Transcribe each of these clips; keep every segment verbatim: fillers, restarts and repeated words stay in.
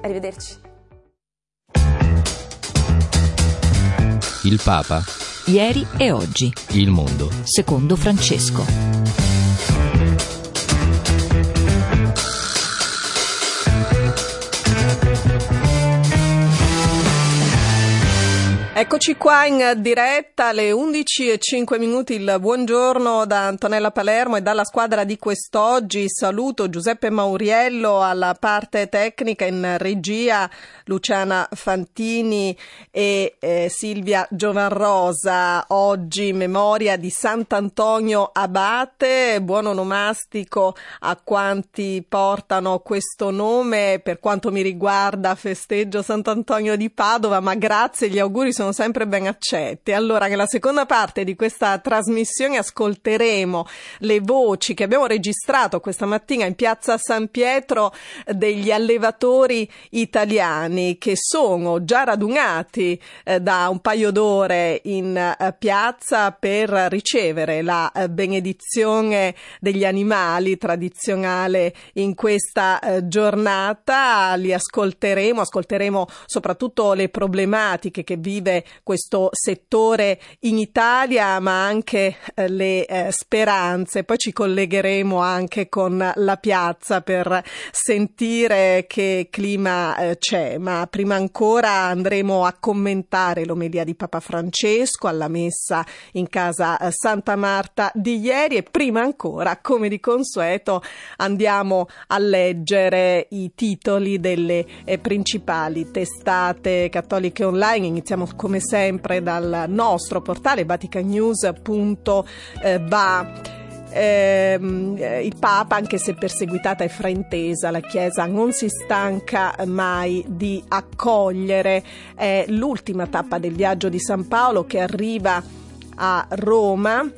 Arrivederci. Il Papa. Ieri e oggi. Il mondo. Secondo Francesco. Eccoci qua in diretta alle undici e cinque minuti, il buongiorno da Antonella Palermo e dalla squadra di quest'oggi. Saluto Giuseppe Mauriello alla parte tecnica, in regia Luciana Fantini e eh, Silvia Giovanrosa. Oggi memoria di Sant'Antonio Abate, buon onomastico a quanti portano questo nome. Per quanto mi riguarda festeggio Sant'Antonio di Padova, ma grazie, gli auguri sono sempre ben accetti. Allora, nella seconda parte di questa trasmissione ascolteremo le voci che abbiamo registrato questa mattina in piazza San Pietro degli allevatori italiani che sono già radunati eh, da un paio d'ore in eh, piazza per ricevere la eh, benedizione degli animali tradizionale in questa eh, giornata. Li ascolteremo, ascolteremo soprattutto le problematiche che vive questo settore in Italia, ma anche eh, le eh, speranze. Poi ci collegheremo anche con la piazza per sentire che clima eh, c'è, ma prima ancora andremo a commentare l'omelia di Papa Francesco alla messa in casa eh, Santa Marta di ieri, e prima ancora, come di consueto, andiamo a leggere i titoli delle eh, principali testate cattoliche online. Iniziamo come sempre dal nostro portale vaticanews punto va. Eh, il Papa, anche se perseguitata e fraintesa, la Chiesa non si stanca mai di accogliere. È l'ultima tappa del viaggio di San Paolo che arriva a Roma,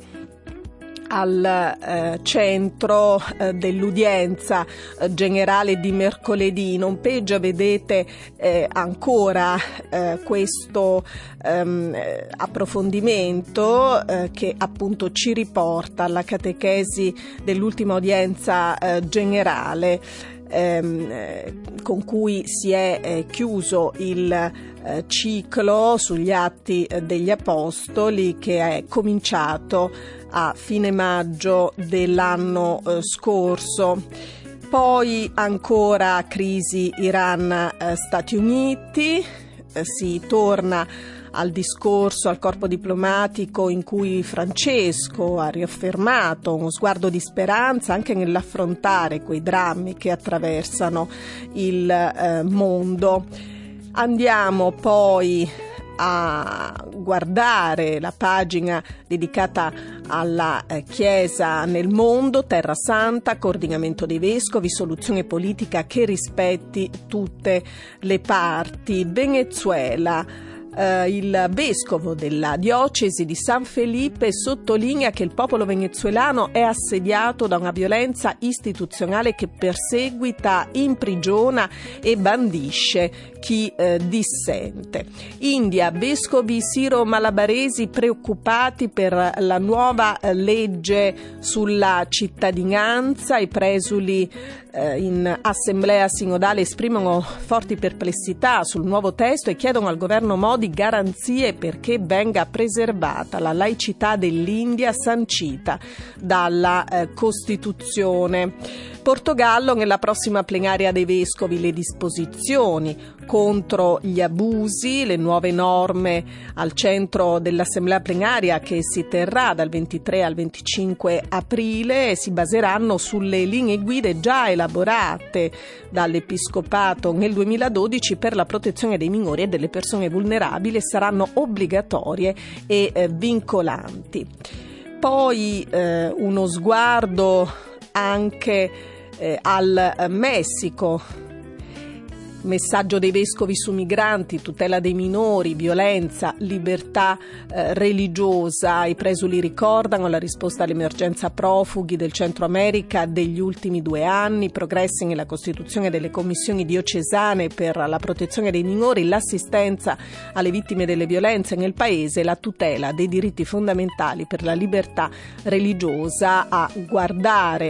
al eh, centro eh, dell'udienza eh, generale di mercoledì. In home page vedete eh, ancora eh, questo ehm, approfondimento eh, che appunto ci riporta alla catechesi dell'ultima udienza eh, generale ehm, eh, con cui si è eh, chiuso il eh, ciclo sugli Atti eh, degli Apostoli, che è cominciato a fine maggio dell'anno eh, scorso. Poi ancora crisi Iran-Stati Uniti, eh, si torna al discorso, al corpo diplomatico in cui Francesco ha riaffermato uno sguardo di speranza anche nell'affrontare quei drammi che attraversano il eh, mondo. Andiamo poi a guardare la pagina dedicata alla eh, Chiesa nel mondo, Terra Santa, coordinamento dei vescovi, soluzione politica che rispetti tutte le parti. Venezuela. Uh, il vescovo della diocesi di San Felipe sottolinea che il popolo venezuelano è assediato da una violenza istituzionale che perseguita, imprigiona e bandisce chi uh, dissente. India, vescovi siro-malabaresi preoccupati per la nuova uh, legge sulla cittadinanza. I presuli uh, in assemblea sinodale esprimono forti perplessità sul nuovo testo e chiedono al governo Modi garanzie perché venga preservata la laicità dell'India sancita dalla eh, Costituzione. Portogallo, nella prossima plenaria dei vescovi le disposizioni contro gli abusi, le nuove norme al centro dell'assemblea plenaria che si terrà dal ventitré al venticinque aprile si baseranno sulle linee guide già elaborate dall'Episcopato nel duemiladodici per la protezione dei minori e delle persone vulnerabili e saranno obbligatorie e eh, vincolanti. Poi eh, uno sguardo anche eh, al Messico. Messaggio dei vescovi su migranti, tutela dei minori, violenza, libertà eh, religiosa. I presuli ricordano la risposta all'emergenza profughi del Centro America degli ultimi due anni, progressi nella costituzione delle commissioni diocesane per la protezione dei minori, l'assistenza alle vittime delle violenze nel paese, la tutela dei diritti fondamentali per la libertà religiosa. A guardare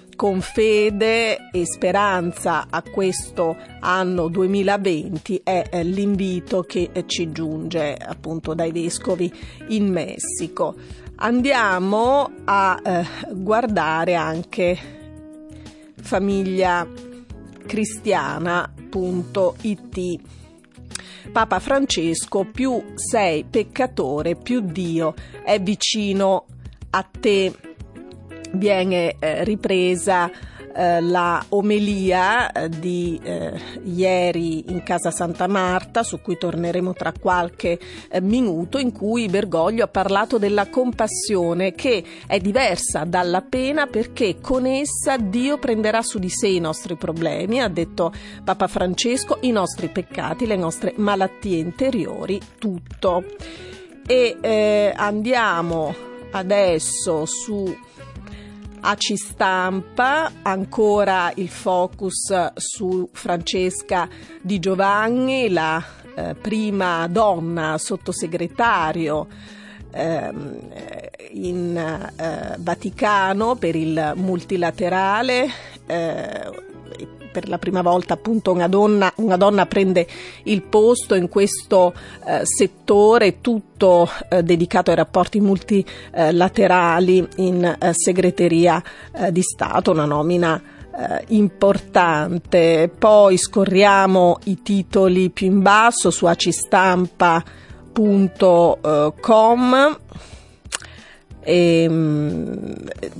con fede e speranza a questo anno duemilaventi è eh, l'invito che eh, ci giunge appunto dai vescovi in Messico. Andiamo a eh, guardare anche famiglia cristiana punto it. Papa Francesco, più sei peccatore, più Dio è vicino a te. Viene eh, ripresa eh, la omelia eh, di eh, ieri in Casa Santa Marta, su cui torneremo tra qualche eh, minuto, in cui Bergoglio ha parlato della compassione, che è diversa dalla pena perché con essa Dio prenderà su di sé i nostri problemi, ha detto Papa Francesco, i nostri peccati, le nostre malattie interiori, tutto. E eh, andiamo adesso su A C I Stampa, ancora il focus su Francesca Di Giovanni, la eh, prima donna sottosegretario eh, in eh, Vaticano per il multilaterale. Eh, per la prima volta appunto una donna, una donna prende il posto in questo eh, settore tutto eh, dedicato ai rapporti multilaterali in eh, segreteria eh, di Stato, una nomina eh, importante. Poi scorriamo i titoli più in basso su acistampa punto com e mh,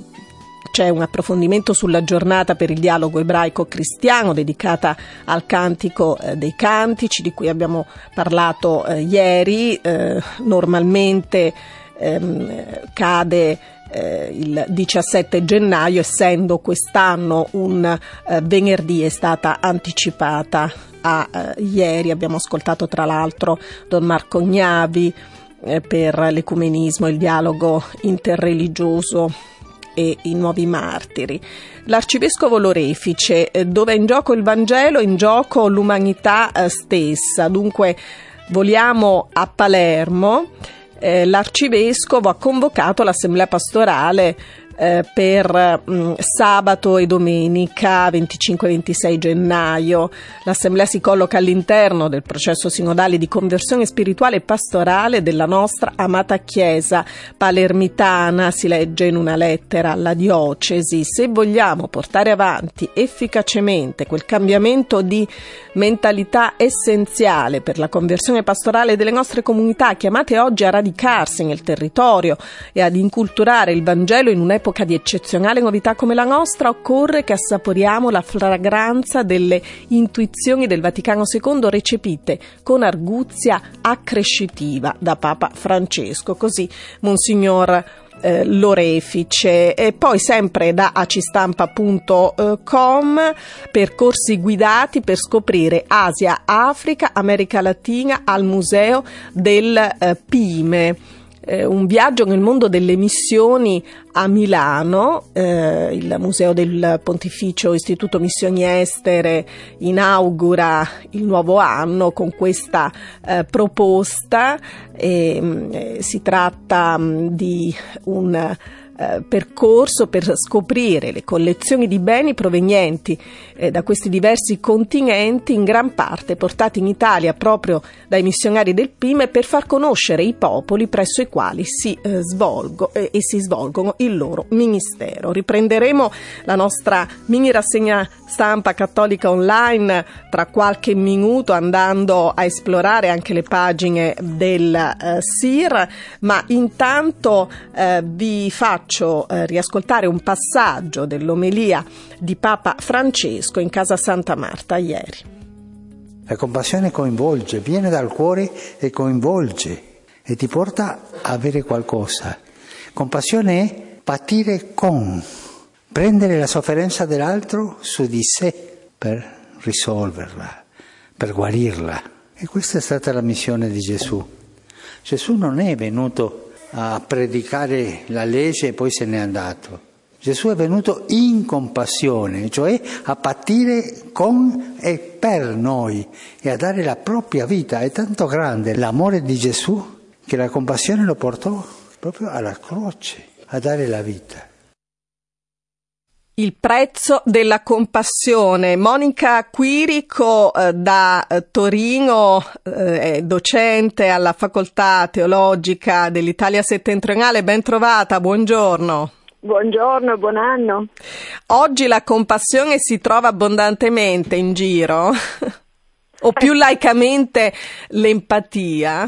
c'è un approfondimento sulla giornata per il dialogo ebraico-cristiano dedicata al Cantico eh, dei Cantici, di cui abbiamo parlato eh, ieri. Eh, normalmente ehm, cade eh, il diciassette gennaio, essendo quest'anno un eh, venerdì, è stata anticipata a eh, ieri. Abbiamo ascoltato tra l'altro Don Marco Gnavi eh, per l'ecumenismo e il dialogo interreligioso e i nuovi martiri. L'arcivescovo Lorefice, dove è in gioco il Vangelo, in gioco l'umanità stessa. Dunque voliamo a Palermo. Eh, l'arcivescovo ha convocato l'assemblea pastorale eh, per mh, sabato e domenica venticinque e ventisei gennaio. L'assemblea si colloca all'interno del processo sinodale di conversione spirituale e pastorale della nostra amata Chiesa palermitana, si legge in una lettera alla diocesi. Se vogliamo portare avanti efficacemente quel cambiamento di mentalità essenziale per la conversione pastorale delle nostre comunità, chiamate oggi a radicarsi nel territorio e ad inculturare il Vangelo in un'epoca di eccezionale novità come la nostra, occorre che assaporiamo la fragranza delle intuizioni del Vaticano secondo recepite con arguzia accrescitiva da Papa Francesco. Così Monsignor Eh, Lorefice. E poi sempre da acistampa punto com percorsi guidati per scoprire Asia, Africa, America Latina al Museo del eh, Pime. Eh, un viaggio nel mondo delle missioni a Milano. Eh, il Museo del Pontificio Istituto Missioni Estere inaugura il nuovo anno con questa eh, proposta. E, eh, si tratta mh, di un eh, percorso per scoprire le collezioni di beni provenienti eh, da questi diversi continenti, in gran parte portati in Italia proprio dai missionari del Pime, per far conoscere i popoli presso i quali si eh, svolgo, eh, e si svolgono il loro ministero. Riprenderemo la nostra mini rassegna stampa cattolica online tra qualche minuto, andando a esplorare anche le pagine del eh, S I R, ma intanto eh, vi faccio eh, riascoltare un passaggio dell'omelia di Papa Francesco in Casa Santa Marta ieri. La compassione coinvolge, viene dal cuore e coinvolge e ti porta a avere qualcosa. Compassione è patire con, prendere la sofferenza dell'altro su di sé per risolverla, per guarirla. E questa è stata la missione di Gesù. Gesù non è venuto a predicare la legge e poi se n'è andato. Gesù è venuto in compassione, cioè a patire con e per noi e a dare la propria vita. È tanto grande l'amore di Gesù che la compassione lo portò proprio alla croce, a dare la vita. Il prezzo della compassione. Monica Quirico eh, da Torino, eh, è docente alla Facoltà Teologica dell'Italia Settentrionale. Ben trovata, buongiorno. Buongiorno, buon anno. Oggi la compassione si trova abbondantemente in giro? O più laicamente l'empatia?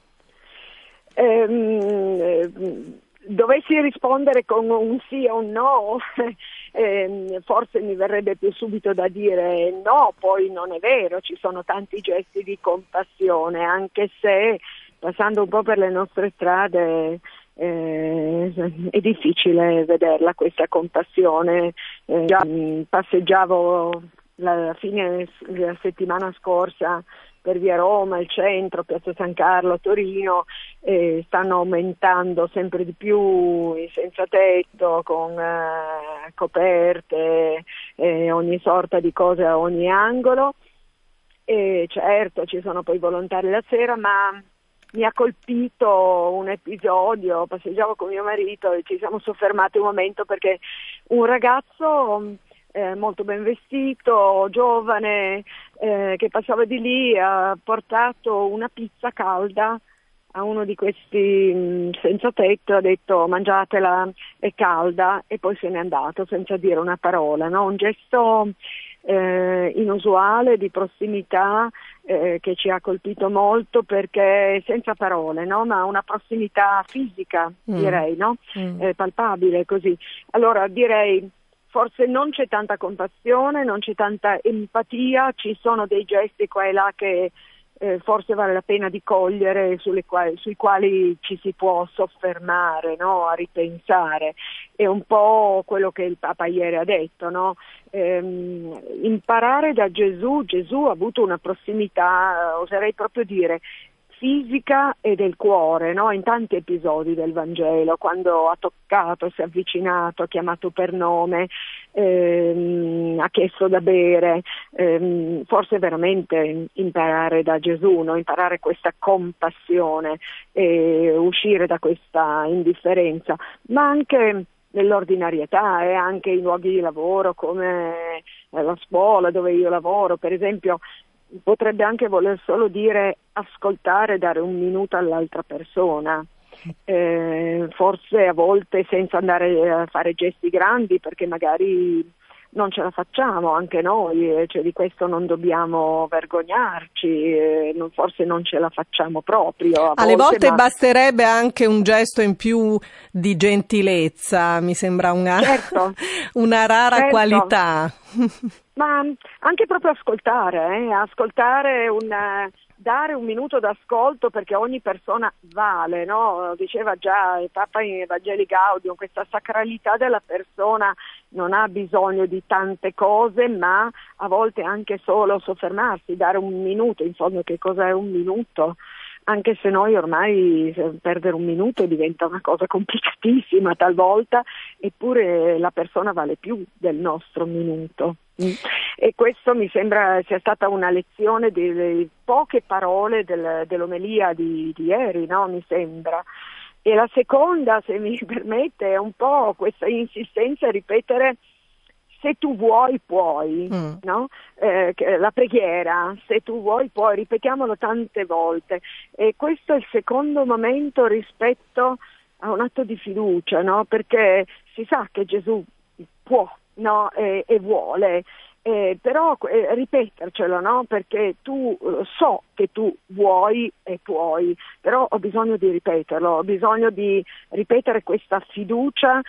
Ehm, dovessi rispondere con un sì o un no, eh, forse mi verrebbe più subito da dire no, poi non è vero, ci sono tanti gesti di compassione, anche se passando un po' per le nostre strade eh, è difficile vederla questa compassione. Eh, già, passeggiavo la fine della settimana scorsa per via Roma, il centro, Piazza San Carlo, Torino, eh, stanno aumentando sempre di più i senza tetto con eh, coperte, eh, ogni sorta di cose a ogni angolo. E certo ci sono poi volontari la sera, ma mi ha colpito un episodio, passeggiavo con mio marito e ci siamo soffermati un momento perché un ragazzo Eh, molto ben vestito, giovane, eh, che passava di lì, ha portato una pizza calda a uno di questi mh, senza tetto, ha detto mangiatela, è calda, e poi se n'è andato senza dire una parola, no? Un gesto eh, inusuale, di prossimità, eh, che ci ha colpito molto perché senza parole, no? Ma una prossimità fisica, mm. direi, no? Mm. Eh, palpabile così. Allora direi forse non c'è tanta compassione, non c'è tanta empatia, ci sono dei gesti qua e là che eh, forse vale la pena di cogliere, sulle quali, sui quali ci si può soffermare, no? A ripensare. È un po' quello che il Papa ieri ha detto, no? Ehm, imparare da Gesù. Gesù ha avuto una prossimità, oserei proprio dire, fisica e del cuore, no? In tanti episodi del Vangelo, quando ha toccato, si è avvicinato, ha chiamato per nome, ehm, ha chiesto da bere, ehm, forse veramente imparare da Gesù, no? Imparare questa compassione e uscire da questa indifferenza, ma anche nell'ordinarietà e eh, anche in luoghi di lavoro come la scuola dove io lavoro, per esempio. Potrebbe anche voler solo dire ascoltare, dare un minuto all'altra persona, eh, forse a volte senza andare a fare gesti grandi perché magari non ce la facciamo anche noi, eh, cioè di questo non dobbiamo vergognarci, eh, non, forse non ce la facciamo proprio. Alle volte, volte ma... basterebbe anche un gesto in più di gentilezza, mi sembra una, certo. una rara certo. qualità. Ma anche proprio ascoltare, eh? ascoltare, un, dare un minuto d'ascolto perché ogni persona vale, no? Diceva già il Papa in Evangelii Gaudium, questa sacralità della persona non ha bisogno di tante cose, ma a volte anche solo soffermarsi, dare un minuto, in fondo che cosa è un minuto? Anche se noi ormai perdere un minuto diventa una cosa complicatissima talvolta, eppure la persona vale più del nostro minuto. E questo mi sembra sia stata una lezione delle poche parole del, dell'omelia di, di ieri, no? Mi sembra. E la seconda, se mi permette, è un po' questa insistenza a ripetere se tu vuoi puoi, mm. no? Eh, la preghiera, se tu vuoi puoi, ripetiamolo tante volte. E questo è il secondo momento rispetto a un atto di fiducia, no? Perché si sa che Gesù può, no? e, e vuole, eh, però eh, ripetercelo, no? Perché tu eh, so che tu vuoi e puoi, però ho bisogno di ripeterlo, ho bisogno di ripetere questa fiducia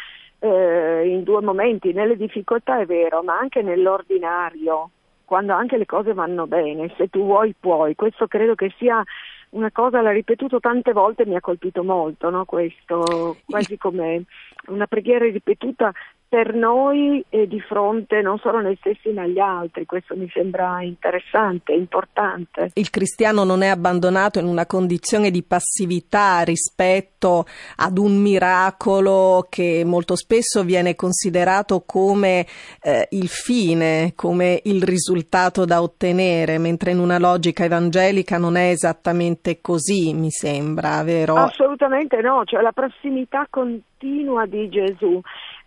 Eh, in due momenti, nelle difficoltà è vero, ma anche nell'ordinario, quando anche le cose vanno bene, se tu vuoi puoi. Questo credo che sia una cosa, l'ha ripetuto tante volte, mi ha colpito molto, no? Questo, quasi come una preghiera ripetuta per noi e di fronte non solo noi stessi ma agli altri. Questo mi sembra interessante, importante. Il cristiano non è abbandonato in una condizione di passività rispetto ad un miracolo che molto spesso viene considerato come eh, il fine, come il risultato da ottenere, mentre in una logica evangelica non è esattamente così, mi sembra, vero? Assolutamente no, cioè la prossimità continua di Gesù.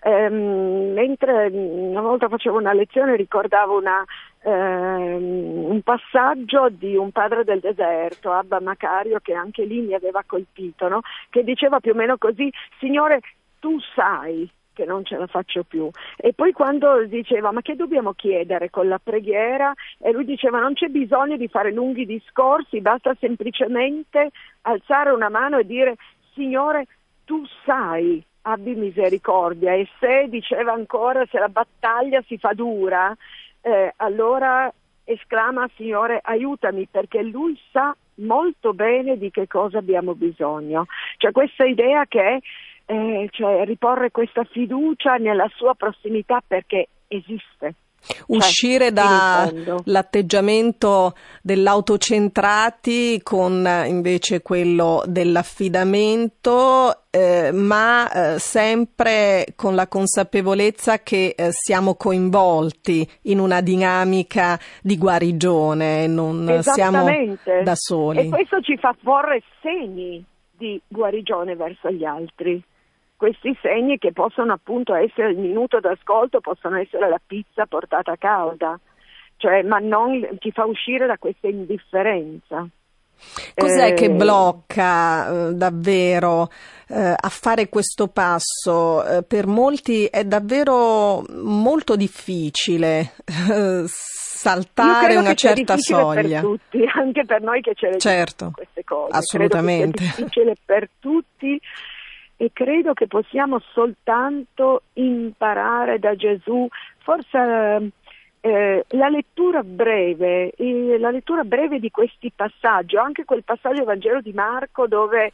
ehm, mentre una volta facevo una lezione ricordavo una, ehm, un passaggio di un padre del deserto, Abba Macario, che anche lì mi aveva colpito, no? Che diceva più o meno così: Signore, tu sai che non ce la faccio più. E poi quando diceva: ma che dobbiamo chiedere con la preghiera? E lui diceva: non c'è bisogno di fare lunghi discorsi, basta semplicemente alzare una mano e dire: Signore, tu sai, abbi misericordia. E se, diceva ancora, se la battaglia si fa dura, eh, allora esclama: Signore, aiutami, perché lui sa molto bene di che cosa abbiamo bisogno. Cioè questa idea che Eh, cioè riporre questa fiducia nella sua prossimità, perché esiste. Uscire cioè, dall'atteggiamento dell'autocentrati con invece quello dell'affidamento, eh, ma eh, sempre con la consapevolezza che eh, siamo coinvolti in una dinamica di guarigione, non siamo da soli. E questo ci fa porre segni di guarigione verso gli altri. Questi segni che possono appunto essere il minuto d'ascolto, possono essere la pizza portata calda, cioè, ma non ci fa uscire da questa indifferenza. Cos'è eh, che blocca eh, davvero eh, a fare questo passo? Eh, per molti è davvero molto difficile eh, saltare una certa soglia. Per tutti, anche per noi che ce le certo, queste cose. assolutamente. Credo che sia difficile per tutti. E credo che possiamo soltanto imparare da Gesù, forse eh, la lettura breve, eh, la lettura breve di questi passaggi, anche quel passaggio del Vangelo di Marco dove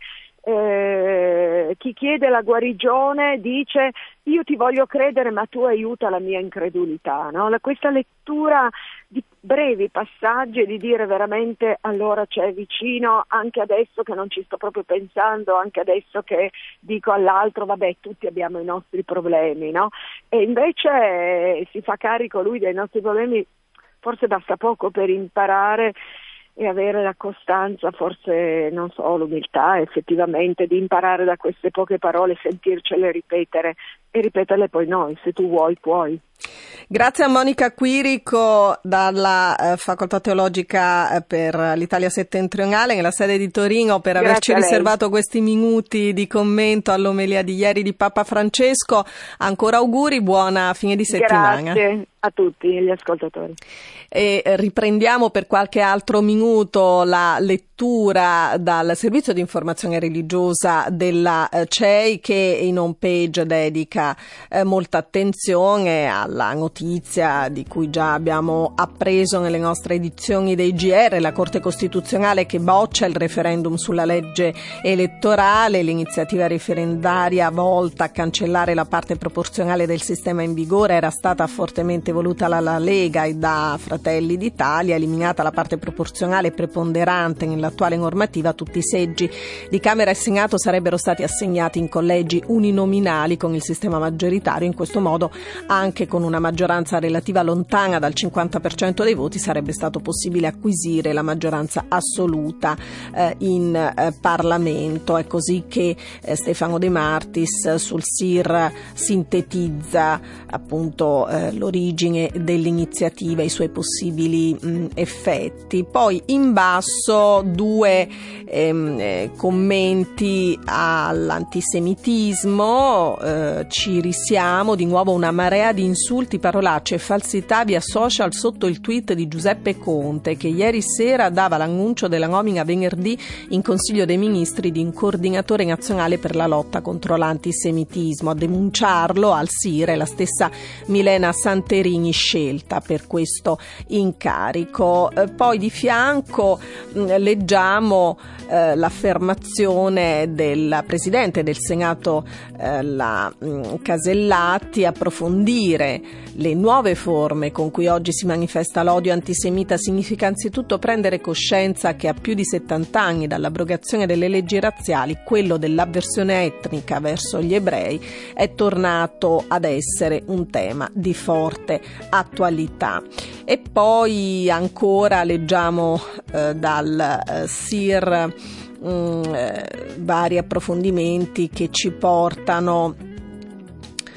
eh, chi chiede la guarigione dice: io ti voglio credere ma tu aiuta la mia incredulità, no? La, questa lettura di brevi passaggi e di dire veramente: allora c'è vicino, anche adesso che non ci sto proprio pensando, anche adesso che dico all'altro vabbè tutti abbiamo i nostri problemi, no? E invece eh, si fa carico lui dei nostri problemi. Forse basta poco per imparare e avere la costanza, forse non so, l'umiltà effettivamente di imparare da queste poche parole, sentircele ripetere e ripeterle poi noi, se tu vuoi puoi. Grazie a Monica Quirico dalla eh, Facoltà Teologica eh, per l'Italia Settentrionale nella sede di Torino per Grazie averci riservato questi minuti di commento all'omelia di ieri di Papa Francesco. Ancora auguri, buona fine di settimana. Grazie a tutti gli ascoltatori. E riprendiamo per qualche altro minuto la lettura dal servizio di informazione religiosa della C E I, che in home page dedica eh, molta attenzione alla notizia di cui già abbiamo appreso nelle nostre edizioni dei G R, la Corte Costituzionale che boccia il referendum sulla legge elettorale, l'iniziativa referendaria volta a cancellare la parte proporzionale del sistema in vigore era stata fortemente voluta dalla Lega e da Fratelli d'Italia. Eliminata la parte proporzionale preponderante nell'attuale normativa, tutti i seggi di Camera e Senato sarebbero stati assegnati in collegi uninominali con il sistema maggioritario. In questo modo, anche con una maggioranza relativa lontana dal cinquanta per cento dei voti, sarebbe stato possibile acquisire la maggioranza assoluta eh, in eh, Parlamento. È così che eh, Stefano De Martis sul S I R sintetizza appunto eh, l'origine dell'iniziativa e i suoi possibili mh, effetti. Poi in basso due ehm, eh, commenti all'antisemitismo, eh, ci risiamo di nuovo una marea di insulti, parolacce e falsità via social sotto il tweet di Giuseppe Conte, che ieri sera dava l'annuncio della nomina venerdì in Consiglio dei Ministri di un coordinatore nazionale per la lotta contro l'antisemitismo. A denunciarlo al S I R è la stessa Milena Santerini, scelta per questo incarico. Eh, poi di fianco mh, leggiamo eh, l'affermazione del Presidente del Senato eh, la mh, Casellati: approfondire le nuove forme con cui oggi si manifesta l'odio antisemita significa anzitutto prendere coscienza che a più di settanta anni dall'abrogazione delle leggi razziali quello dell'avversione etnica verso gli ebrei è tornato ad essere un tema di forte attualità. E poi ancora leggiamo eh, dal eh, S I R mh, eh, vari approfondimenti che ci portano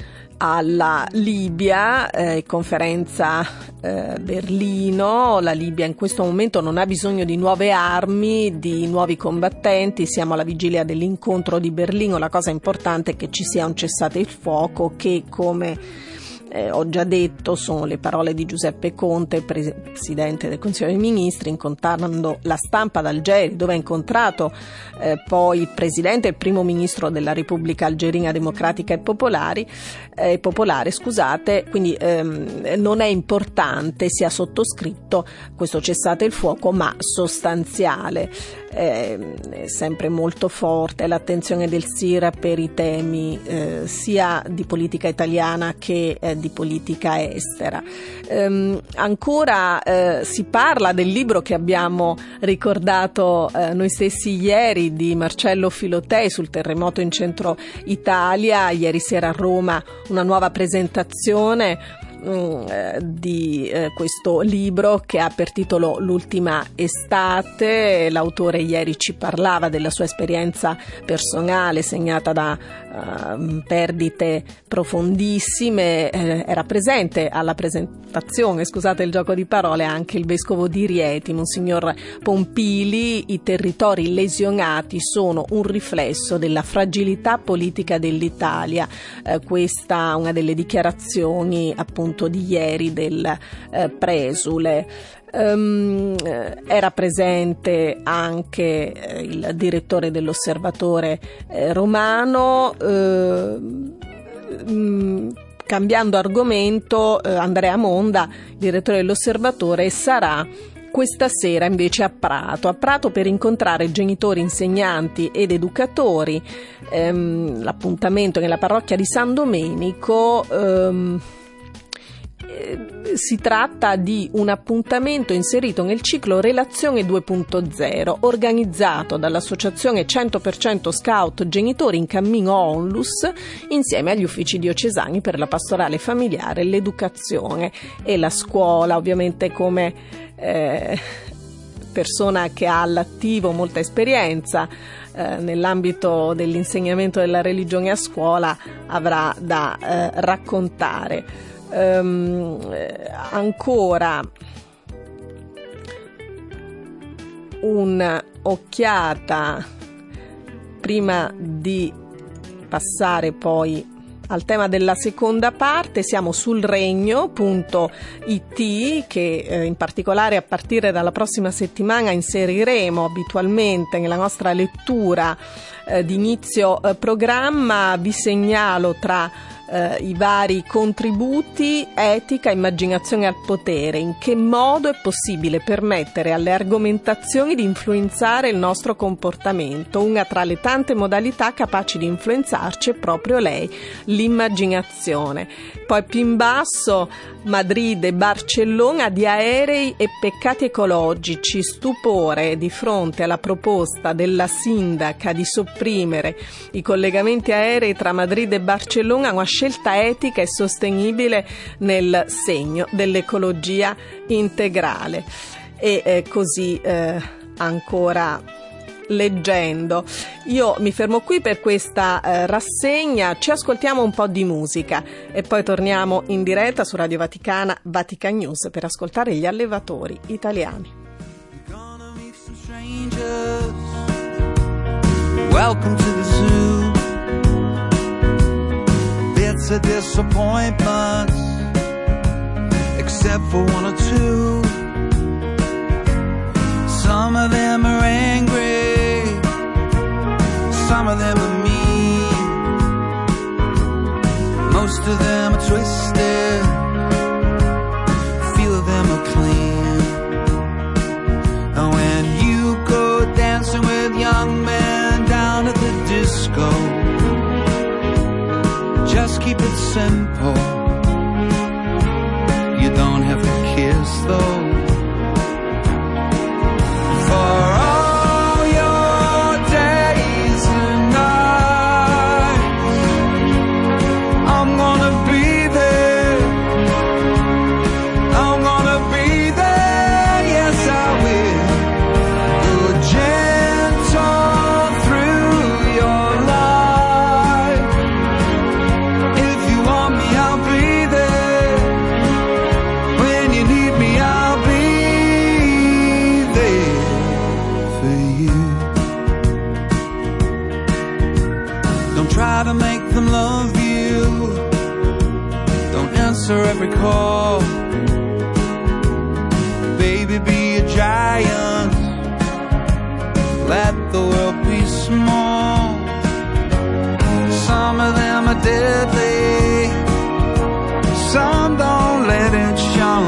alla Libia, eh, conferenza eh, Berlino. La Libia in questo momento non ha bisogno di nuove armi, di nuovi combattenti, siamo alla vigilia dell'incontro di Berlino, la cosa importante è che ci sia un cessate il fuoco che, come Eh, ho già detto, sono le parole di Giuseppe Conte, Presidente del Consiglio dei Ministri, incontrando la stampa ad Algeri, dove ha incontrato eh, poi il Presidente e il Primo Ministro della Repubblica Algerina Democratica e Popolari, eh, Popolare, scusate, quindi ehm, non è importante sia sottoscritto questo cessate il fuoco, ma sostanziale. Eh, è sempre molto forte l'attenzione del S I R per i temi eh, sia di politica italiana che eh, di politica estera. Ehm, ancora eh, si parla del libro che abbiamo ricordato eh, noi stessi ieri di Marcello Filotei sul terremoto in centro Italia. Ieri sera a Roma una nuova presentazione di eh, questo libro che ha per titolo L'ultima estate. L'autore ieri ci parlava della sua esperienza personale segnata da uh, perdite profondissime. Eh, era presente alla presentazione, scusate il gioco di parole, anche il vescovo di Rieti, Monsignor Pompili. I territori lesionati sono un riflesso della fragilità politica dell'Italia. Eh, questa è una delle dichiarazioni appunto di ieri del eh, presule. Um, era presente anche eh, il direttore dell'Osservatore eh, romano. Eh, mh, cambiando argomento, eh, Andrea Monda, direttore dell'Osservatore, sarà questa sera invece a Prato, a Prato per incontrare genitori, insegnanti ed educatori. Ehm, l'appuntamento nella parrocchia di San Domenico. Ehm, Si tratta di un appuntamento inserito nel ciclo Relazione due punto zero, organizzato dall'Associazione cento per cento Scout Genitori in Cammino Onlus, insieme agli uffici diocesani per la pastorale familiare, l'educazione e la scuola. Ovviamente, come eh, persona che ha all'attivo molta esperienza eh, nell'ambito dell'insegnamento della religione a scuola, avrà da eh, raccontare. Um, ancora un'occhiata prima di passare poi al tema della seconda parte. Siamo sul regno punto it, che eh, in particolare a partire dalla prossima settimana inseriremo abitualmente nella nostra lettura eh, di inizio eh, programma. Vi segnalo tra Uh, i vari contributi etica, immaginazione al potere. In che modo è possibile permettere alle argomentazioni di influenzare il nostro comportamento? Una tra le tante modalità capaci di influenzarci è proprio lei, l'immaginazione. Poi più in basso, Madrid e Barcellona di aerei e peccati ecologici, stupore di fronte alla proposta della sindaca di sopprimere i collegamenti aerei tra Madrid e Barcellona, una scelta etica e sostenibile nel segno dell'ecologia integrale. E eh, così eh, ancora leggendo. Io mi fermo qui per questa eh, rassegna, ci ascoltiamo un po' di musica e poi torniamo in diretta su Radio Vaticana, Vatican News, per ascoltare gli allevatori italiani. Welcome to the zoo. It's a disappointment, except for one or two. Some of them are angry, some of them are mean, most of them are twisted, a few of them are clean. And when you go dancing with young men down at the disco, just keep it simple. You don't have to kiss though. For all your days and nights, I'm gonna be there. I'm gonna be there, yes I will. Go gentle through your life. If you want me, them love you. Don't answer every call. Baby, be a giant. Let the world be small. Some of them are deadly. Some don't let it show.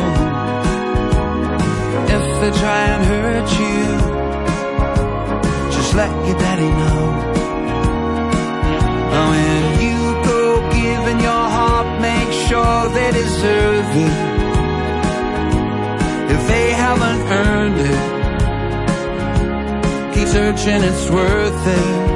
If they try and hurt you, just let your daddy know. When you go giving your heart, make sure they deserve it. If they haven't earned it, keep searching, it's worth it.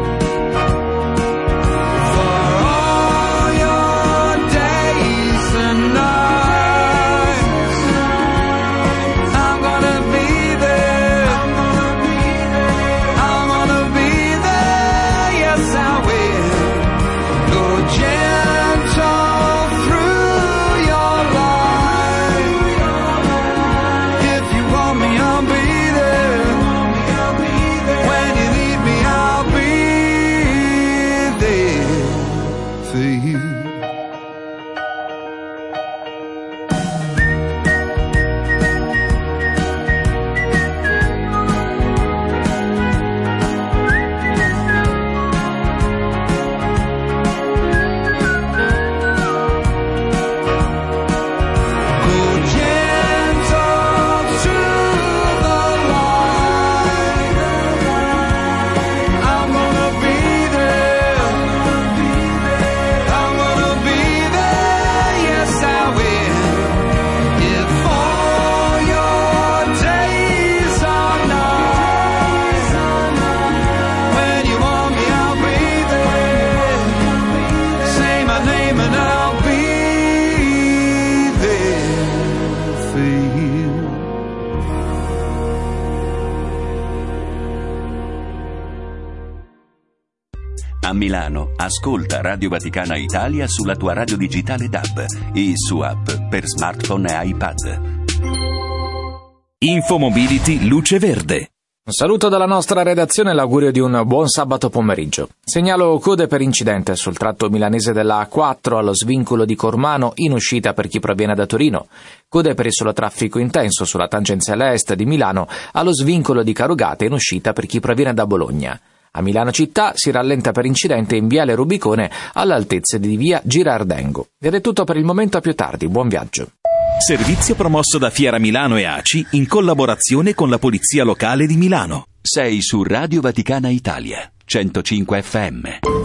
A Milano, ascolta Radio Vaticana Italia sulla tua radio digitale D A B e su app per smartphone e iPad. Infomobility Luce Verde. Un saluto dalla nostra redazione e l'augurio di un buon sabato pomeriggio. Segnalo code per incidente sul tratto milanese della A quattro allo svincolo di Cormano in uscita per chi proviene da Torino. Code per il solo traffico intenso sulla tangenziale est di Milano allo svincolo di Carugate in uscita per chi proviene da Bologna. A Milano città si rallenta per incidente in viale Rubicone all'altezza di via Girardengo. Ed è tutto per il momento, a più tardi. Buon viaggio. Servizio promosso da Fiera Milano e A C I in collaborazione con la Polizia Locale di Milano. Sei su Radio Vaticana Italia, centocinque F M.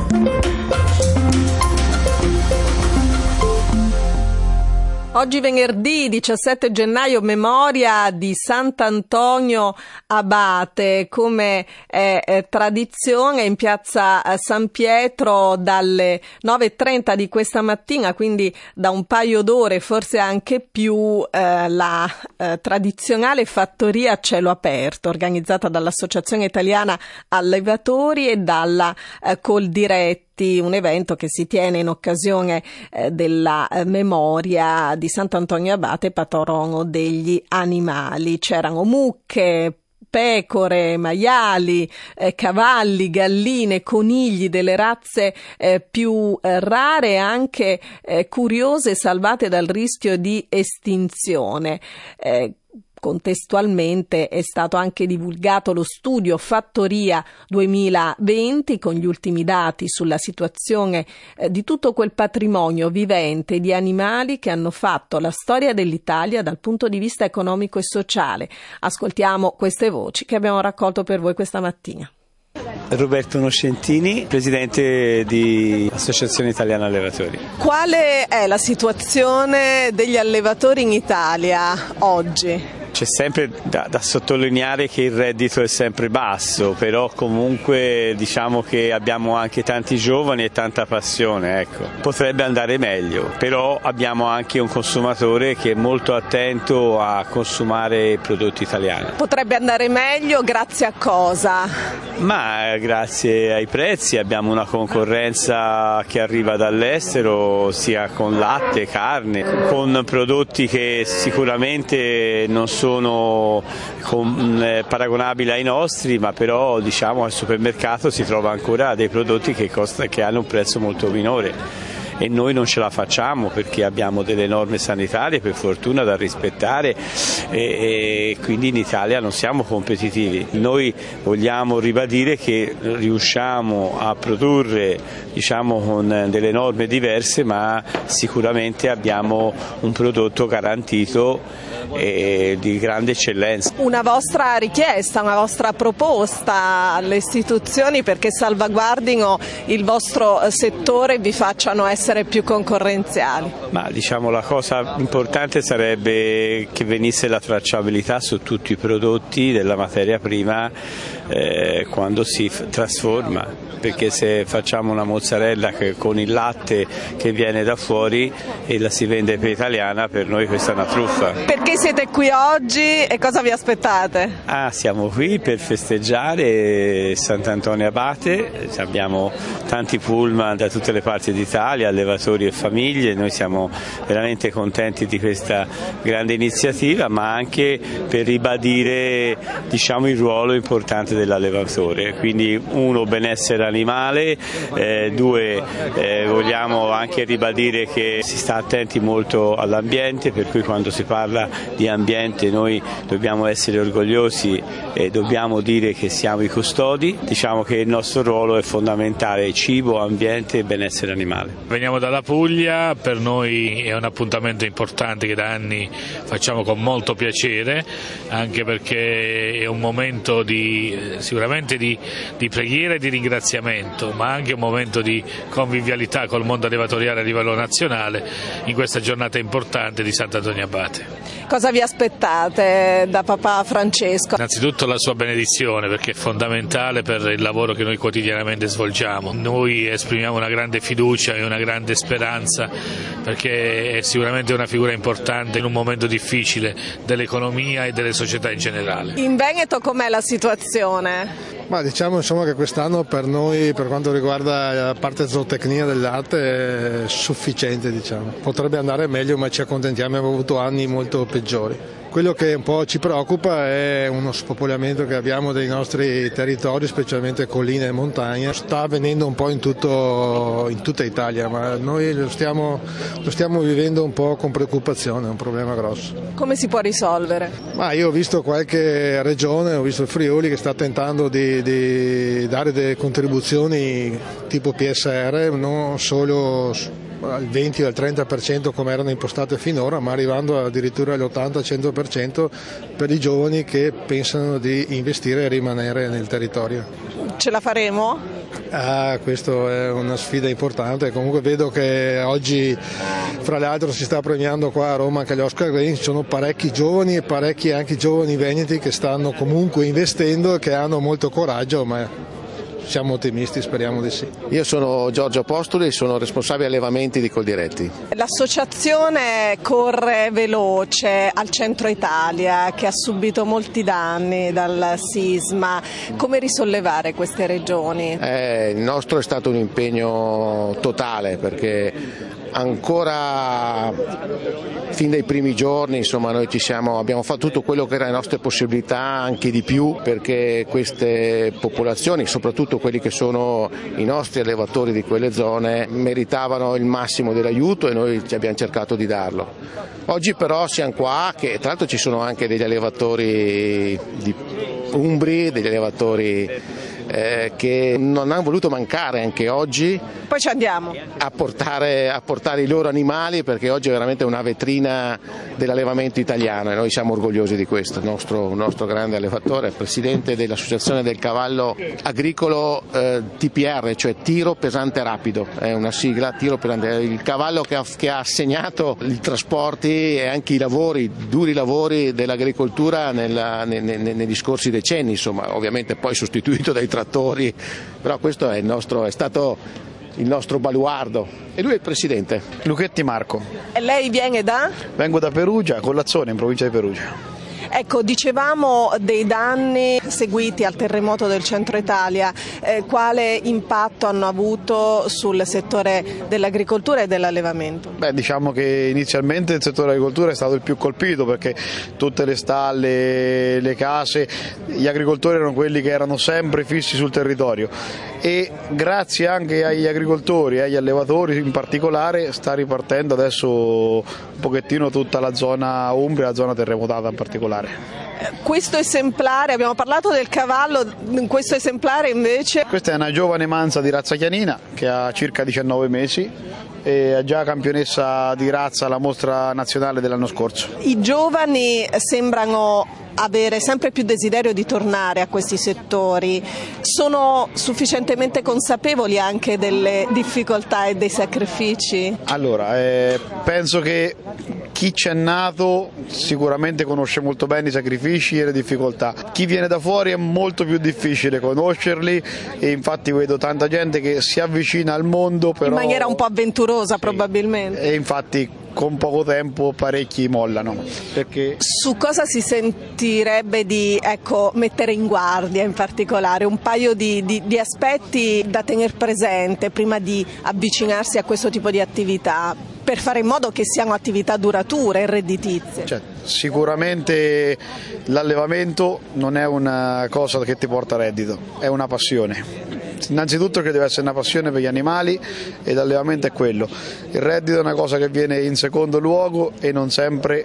Oggi venerdì diciassette gennaio, memoria di Sant'Antonio Abate, come è, è tradizione in piazza San Pietro dalle nove e trenta di questa mattina, quindi da un paio d'ore, forse anche più, eh, la eh, tradizionale fattoria a cielo aperto organizzata dall'Associazione Italiana Allevatori e dalla eh, Coldiretti. Un evento che si tiene in occasione eh, della eh, memoria di Sant'Antonio Abate, patrono degli animali. C'erano mucche, pecore, maiali, eh, cavalli, galline, conigli delle razze eh, più eh, rare e anche eh, curiose, salvate dal rischio di estinzione. Eh, Contestualmente è stato anche divulgato lo studio Fattoria duemilaventi con gli ultimi dati sulla situazione eh, di tutto quel patrimonio vivente di animali che hanno fatto la storia dell'Italia dal punto di vista economico e sociale. Ascoltiamo queste voci che abbiamo raccolto per voi questa mattina. Roberto Noscentini, presidente di Associazione Italiana Allevatori. Quale è la situazione degli allevatori in Italia oggi? C'è sempre da, da sottolineare che il reddito è sempre basso, però comunque diciamo che abbiamo anche tanti giovani e tanta passione, ecco. Potrebbe andare meglio, però abbiamo anche un consumatore che è molto attento a consumare prodotti italiani. Potrebbe andare meglio grazie a cosa? Ma grazie ai prezzi, abbiamo una concorrenza che arriva dall'estero, sia con latte, carne, con prodotti che sicuramente non sono sono con, eh, paragonabili ai nostri, ma però diciamo al supermercato si trova ancora dei prodotti che, costa, che hanno un prezzo molto minore. E noi non ce la facciamo perché abbiamo delle norme sanitarie per fortuna da rispettare e, e quindi in Italia non siamo competitivi. Noi vogliamo ribadire che riusciamo a produrre diciamo con delle norme diverse, ma sicuramente abbiamo un prodotto garantito e di grande eccellenza. Una vostra richiesta, una vostra proposta alle istituzioni perché salvaguardino il vostro settore e vi facciano essere più concorrenziali? Ma diciamo la cosa importante sarebbe che venisse la tracciabilità su tutti i prodotti della materia prima eh, quando si f- trasforma, perché se facciamo una mozzarella che, con il latte che viene da fuori e la si vende per italiana, per noi questa è una truffa. Perché siete qui oggi e cosa vi aspettate? Ah, siamo qui per festeggiare Sant'Antonio Abate, abbiamo tanti pullman da tutte le parti d'Italia, allevatori e famiglie, noi siamo veramente contenti di questa grande iniziativa, ma anche per ribadire diciamo, il ruolo importante dell'allevatore, quindi uno, benessere animale, eh, due, eh, vogliamo anche ribadire che si sta attenti molto all'ambiente, per cui quando si parla di ambiente noi dobbiamo essere orgogliosi e dobbiamo dire che siamo i custodi, diciamo che il nostro ruolo è fondamentale, cibo, ambiente e benessere animale. Veniamo dalla Puglia, per noi è un appuntamento importante che da anni facciamo con molto piacere, anche perché è un momento di, sicuramente di, di preghiera e di ringraziamento, ma anche un momento di convivialità col mondo allevatoriale a livello nazionale in questa giornata importante di Sant'Antonio Abate. Cosa vi aspettate da Papa Francesco? Innanzitutto la sua benedizione, perché è fondamentale per il lavoro che noi quotidianamente svolgiamo. Noi esprimiamo una grande fiducia e una grande speranza, perché è sicuramente una figura importante in un momento difficile dell'economia e delle società in generale. In Veneto com'è la situazione? Ma diciamo insomma che quest'anno per noi, per quanto riguarda la parte zootecnia del latte, è sufficiente, diciamo. Potrebbe andare meglio, ma ci accontentiamo, abbiamo avuto anni molto peggiori. Quello che un po' ci preoccupa è uno spopolamento che abbiamo dei nostri territori, specialmente colline e montagne. Sta avvenendo un po' in, tutto, in tutta Italia, ma noi lo stiamo, lo stiamo vivendo un po' con preoccupazione, è un problema grosso. Come si può risolvere? Ma io ho visto qualche regione, ho visto il Friuli che sta tentando di, di dare delle contribuzioni tipo P S R, non solo al venti o al trenta per cento come erano impostate finora, ma arrivando addirittura all'ottanta al cento per cento per i giovani che pensano di investire e rimanere nel territorio. Ce la faremo? Ah, questo è una sfida importante. Comunque vedo che oggi fra l'altro si sta premiando qua a Roma anche gli Oscar Green, ci sono parecchi giovani e parecchi anche giovani veneti che stanno comunque investendo e che hanno molto coraggio, ma siamo ottimisti, speriamo di sì. Io sono Giorgio Apostoli e sono responsabile allevamenti di Coldiretti. L'associazione corre veloce al centro Italia che ha subito molti danni dal sisma. Come risollevare queste regioni? Eh, il nostro è stato un impegno totale, perché ancora fin dai primi giorni insomma noi ci siamo, abbiamo fatto tutto quello che era le nostre possibilità, anche di più, perché queste popolazioni, soprattutto quelli che sono i nostri allevatori di quelle zone, meritavano il massimo dell'aiuto e noi ci abbiamo cercato di darlo. Oggi però siamo qua, che tra l'altro ci sono anche degli allevatori di umbri, degli allevatori Eh, che non hanno voluto mancare anche oggi. Poi ci andiamo a portare, a portare i loro animali, perché oggi è veramente una vetrina dell'allevamento italiano e noi siamo orgogliosi di questo. Il nostro, il nostro grande allevatore, presidente dell'Associazione del Cavallo Agricolo eh, T P R, cioè Tiro Pesante Rapido, è una sigla, Tiro Pesante, il cavallo che ha, che ha assegnato i trasporti e anche i lavori, i duri lavori dell'agricoltura nella, ne, ne, negli scorsi decenni, insomma, ovviamente poi sostituito dai trattori, però questo è, il nostro, è stato il nostro baluardo. E lui è il presidente. Luchetti Marco. E lei viene da? Vengo da Perugia, Collazzone, in provincia di Perugia. Ecco, dicevamo dei danni seguiti al terremoto del centro Italia, eh, quale impatto hanno avuto sul settore dell'agricoltura e dell'allevamento? Beh, diciamo che inizialmente il settore dell'agricoltura è stato il più colpito, perché tutte le stalle, le case, gli agricoltori erano quelli che erano sempre fissi sul territorio, e grazie anche agli agricoltori e agli allevatori in particolare sta ripartendo adesso un pochettino tutta la zona Umbria, la zona terremotata in particolare. Questo esemplare, abbiamo parlato del cavallo, questo esemplare invece? Questa è una giovane manza di razza chianina che ha circa diciannove mesi e è già campionessa di razza alla mostra nazionale dell'anno scorso. I giovani sembrano avere sempre più desiderio di tornare a questi settori, sono sufficientemente consapevoli anche delle difficoltà e dei sacrifici? Allora, eh, penso che chi c'è nato sicuramente conosce molto bene i sacrifici e le difficoltà, chi viene da fuori è molto più difficile conoscerli, e infatti vedo tanta gente che si avvicina al mondo però... in maniera un po' avventurosa, sì, probabilmente, e infatti con poco tempo parecchi mollano. Perché... Su cosa si sentirebbe di ecco, mettere in guardia in particolare? Un paio di, di, di aspetti da tenere presente prima di avvicinarsi a questo tipo di attività, per fare in modo che siano attività durature e redditizie. Cioè, sicuramente l'allevamento non è una cosa che ti porta reddito, è una passione. Innanzitutto che deve essere una passione per gli animali, e l'allevamento è quello. Il reddito è una cosa che viene in secondo luogo e non sempre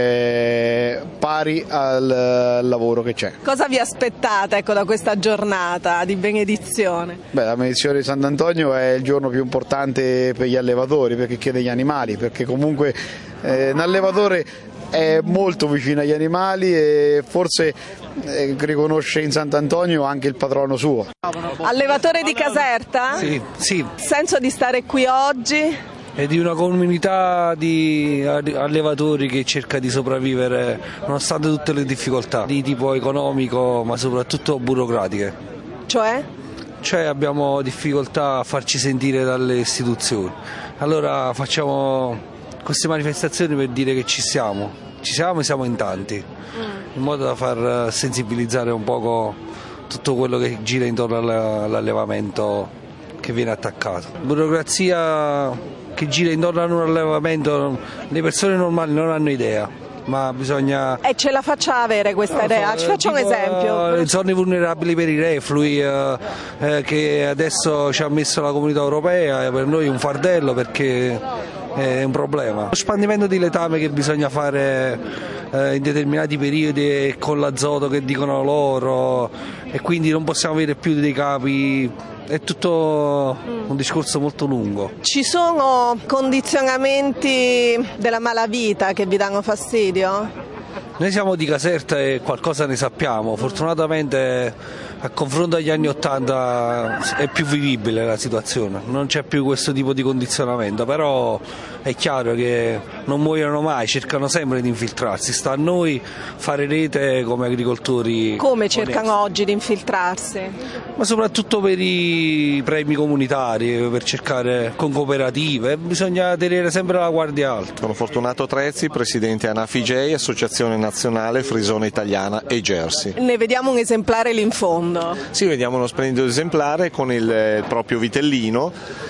è pari al lavoro che c'è. Cosa vi aspettate ecco, da questa giornata di benedizione? Beh, la benedizione di Sant'Antonio è il giorno più importante per gli allevatori, perché chiede gli animali, perché comunque eh, un allevatore è molto vicino agli animali e forse eh, riconosce in Sant'Antonio anche il patrono suo. Allevatore di Caserta? Sì, sì. Senso di stare qui oggi? È di una comunità di allevatori che cerca di sopravvivere nonostante tutte le difficoltà di tipo economico, ma soprattutto burocratiche. Cioè? Cioè abbiamo difficoltà a farci sentire dalle istituzioni. Allora facciamo queste manifestazioni per dire che ci siamo, ci siamo e siamo in tanti, in modo da far sensibilizzare un poco tutto quello che gira intorno all'allevamento che viene attaccato. Burocrazia che gira intorno all'allevamento, le persone normali non hanno idea, ma bisogna... E ce la faccia avere questa no, idea? Ci faccia un esempio. Le zone vulnerabili per i reflui eh, eh, che adesso ci ha messo la Comunità Europea, per noi è un fardello perché è un problema. Lo spandimento di letame che bisogna fare eh, in determinati periodi con l'azoto che dicono loro, e quindi non possiamo avere più dei capi. È tutto un discorso molto lungo. Ci sono condizionamenti della malavita che vi danno fastidio? Noi siamo di Caserta e qualcosa ne sappiamo, fortunatamente a confronto agli anni Ottanta è più vivibile la situazione, non c'è più questo tipo di condizionamento, però è chiaro che non muoiono mai, cercano sempre di infiltrarsi, sta a noi fare rete come agricoltori. Come cercano onesti. Oggi di infiltrarsi? Ma soprattutto per i premi comunitari, per cercare con cooperative, bisogna tenere sempre la guardia alta. Sono Fortunato Trezzi, presidente ANAFIGEI, Associazione Nazionale Frisone Italiana e Jersey. Ne vediamo un esemplare lì in fondo. Sì, vediamo uno splendido esemplare con il, il proprio vitellino,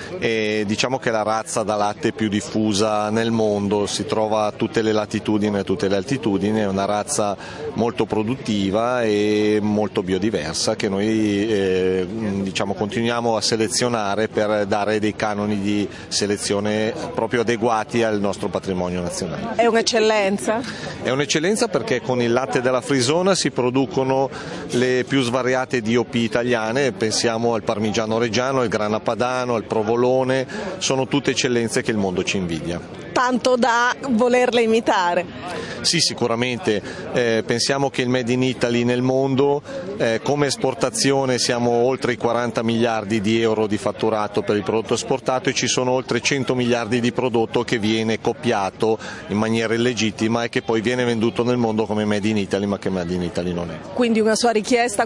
e diciamo che è la razza da latte più diffusa nel mondo, si trova a tutte le latitudini e a tutte le altitudini, è una razza molto produttiva e molto biodiversa che noi eh, diciamo, continuiamo a selezionare per dare dei canoni di selezione proprio adeguati al nostro patrimonio nazionale. È un'eccellenza? È un'eccellenza perché con il latte della Frisona si producono le più svariate D O P italiane, pensiamo al parmigiano reggiano, al grana padano, al provolone, sono tutte eccellenze che il mondo ci invidia. Tanto da volerle imitare. Sì, sicuramente, eh, pensiamo che il Made in Italy nel mondo eh, come esportazione siamo oltre i quaranta miliardi di euro di fatturato per il prodotto esportato, e ci sono oltre cento miliardi di prodotto che viene copiato in maniera illegittima e che poi viene venduto nel mondo come Made in Italy, ma che Made in Italy non è. Quindi una sua richiesta a questo proposito?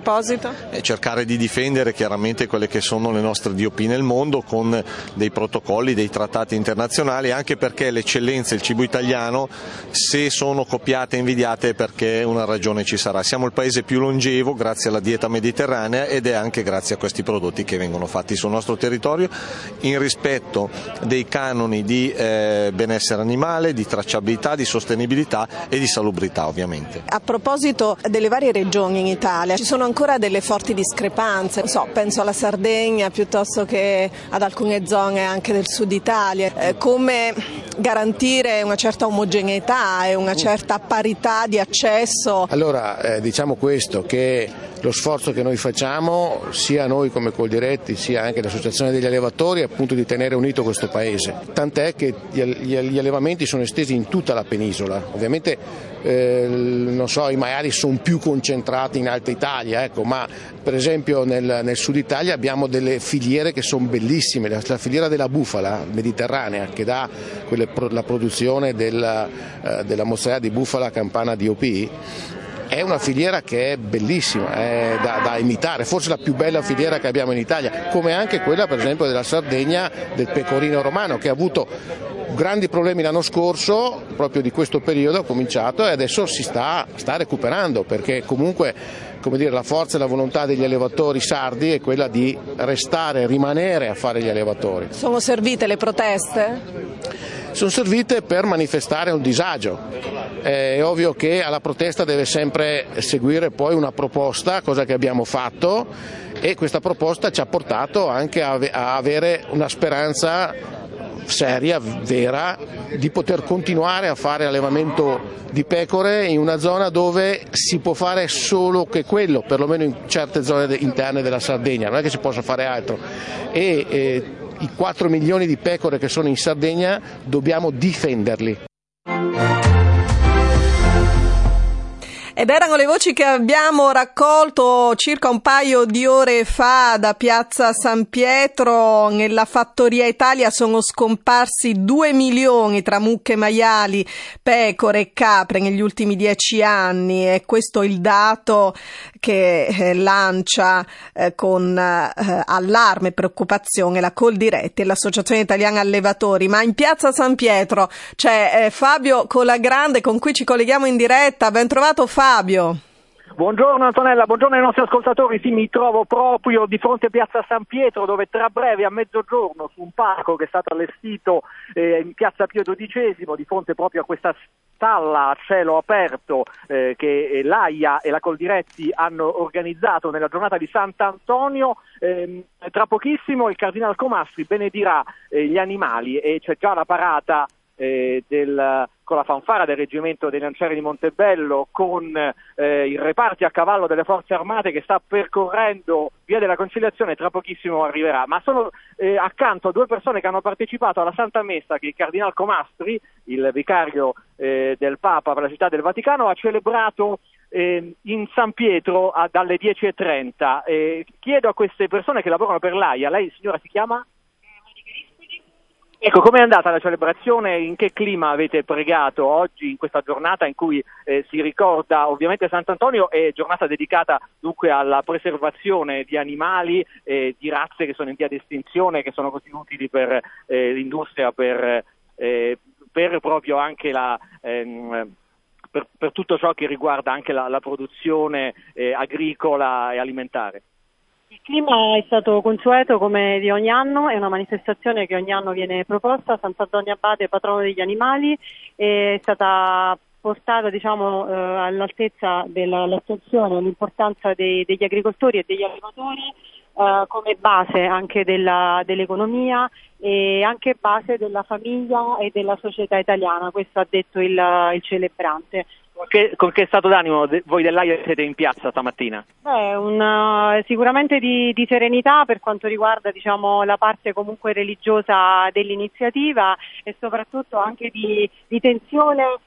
proposito? E cercare di difendere chiaramente quelle che sono le nostre D O P nel mondo con dei protocolli, dei trattati internazionali, anche perché le eccellenze, il cibo italiano, se sono copiate e invidiate è perché una ragione ci sarà. Siamo il paese più longevo grazie alla dieta mediterranea ed è anche grazie a questi prodotti che vengono fatti sul nostro territorio in rispetto dei canoni di eh, benessere animale, di tracciabilità, di sostenibilità e di salubrità ovviamente. A proposito delle varie regioni in Italia, ci sono ancora delle forti discrepanze, non so, penso alla Sardegna piuttosto che ad alcune zone anche del sud Italia, eh, come garantire una certa omogeneità e una certa parità di accesso? Allora eh, diciamo questo, che lo sforzo che noi facciamo, sia noi come Coldiretti sia anche l'associazione degli allevatori, è appunto di tenere unito questo paese, tant'è che gli allevamenti sono estesi in tutta la penisola. Ovviamente eh, non so, i maiali sono più concentrati in Alta Italia, ecco, ma per esempio nel, nel sud Italia abbiamo delle filiere che sono bellissime, la, la filiera della bufala mediterranea che dà quelle, la produzione della, eh, della mozzarella di bufala campana D O P. È una filiera che è bellissima, è da, da imitare, forse la più bella filiera che abbiamo in Italia, come anche quella per esempio della Sardegna del pecorino romano, che ha avuto grandi problemi l'anno scorso, proprio di questo periodo ha cominciato e adesso si sta, sta recuperando, perché comunque, come dire, la forza e la volontà degli allevatori sardi è quella di restare, rimanere a fare gli allevatori. Sono servite le proteste? Sono servite per manifestare un disagio. È ovvio che alla protesta deve sempre seguire poi una proposta, cosa che abbiamo fatto, e questa proposta ci ha portato anche a avere una speranza seria, vera, di poter continuare a fare allevamento di pecore in una zona dove si può fare solo che quello, perlomeno in certe zone interne della Sardegna, non è che si possa fare altro. E, e i quattro milioni di pecore che sono in Sardegna dobbiamo difenderli. Ed erano le voci che abbiamo raccolto circa un paio di ore fa da Piazza San Pietro. Nella Fattoria Italia sono scomparsi due milioni tra mucche, maiali, pecore e capre negli ultimi dieci anni. E questo è il dato che eh, lancia eh, con eh, allarme e preoccupazione la Coldiretti e l'Associazione Italiana Allevatori. Ma in Piazza San Pietro c'è eh, Fabio Colagrande, con cui ci colleghiamo in diretta. Ben trovato Fabio. Fabio. Buongiorno Antonella, buongiorno ai nostri ascoltatori. Sì, mi trovo proprio di fronte a Piazza San Pietro, dove tra breve a mezzogiorno, su un palco che è stato allestito eh, in Piazza Pio dodicesimo, di fronte proprio a questa stalla a cielo aperto eh, che l'AIA e la Coldiretti hanno organizzato nella giornata di Sant'Antonio, eh, tra pochissimo il Cardinal Comastri benedirà eh, gli animali e c'è già la parata Eh, del, con la fanfara del reggimento dei Lancieri di Montebello, con eh, i reparti a cavallo delle forze armate che sta percorrendo via della Conciliazione, tra pochissimo arriverà. Ma sono eh, accanto a due persone che hanno partecipato alla Santa Messa che il Cardinal Comastri, il vicario eh, del Papa per la città del Vaticano, ha celebrato eh, in San Pietro a, dalle dieci e trenta. Eh, chiedo a queste persone che lavorano per l'AIA, lei signora si chiama? Ecco, com'è andata la celebrazione? In che clima avete pregato oggi, in questa giornata in cui eh, si ricorda ovviamente Sant'Antonio, è giornata dedicata dunque alla preservazione di animali e di razze che sono in via di estinzione, che sono così utili per eh, l'industria, per, eh, per proprio anche la... Ehm, per, per tutto ciò che riguarda anche la, la produzione eh, agricola e alimentare. Il clima è stato consueto come di ogni anno, è una manifestazione che ogni anno viene proposta. Sant'Antonio Abate, patrono degli animali, è stata portata diciamo eh, all'altezza dell'attenzione, l'importanza dei, degli agricoltori e degli allevatori eh, come base anche della, dell'economia e anche base della famiglia e della società italiana. Questo ha detto il, il celebrante. Con che, con che stato d'animo voi dell'AIA siete in piazza stamattina? Beh, un, sicuramente di, di serenità per quanto riguarda diciamo, la parte comunque religiosa dell'iniziativa e soprattutto anche di, di tensione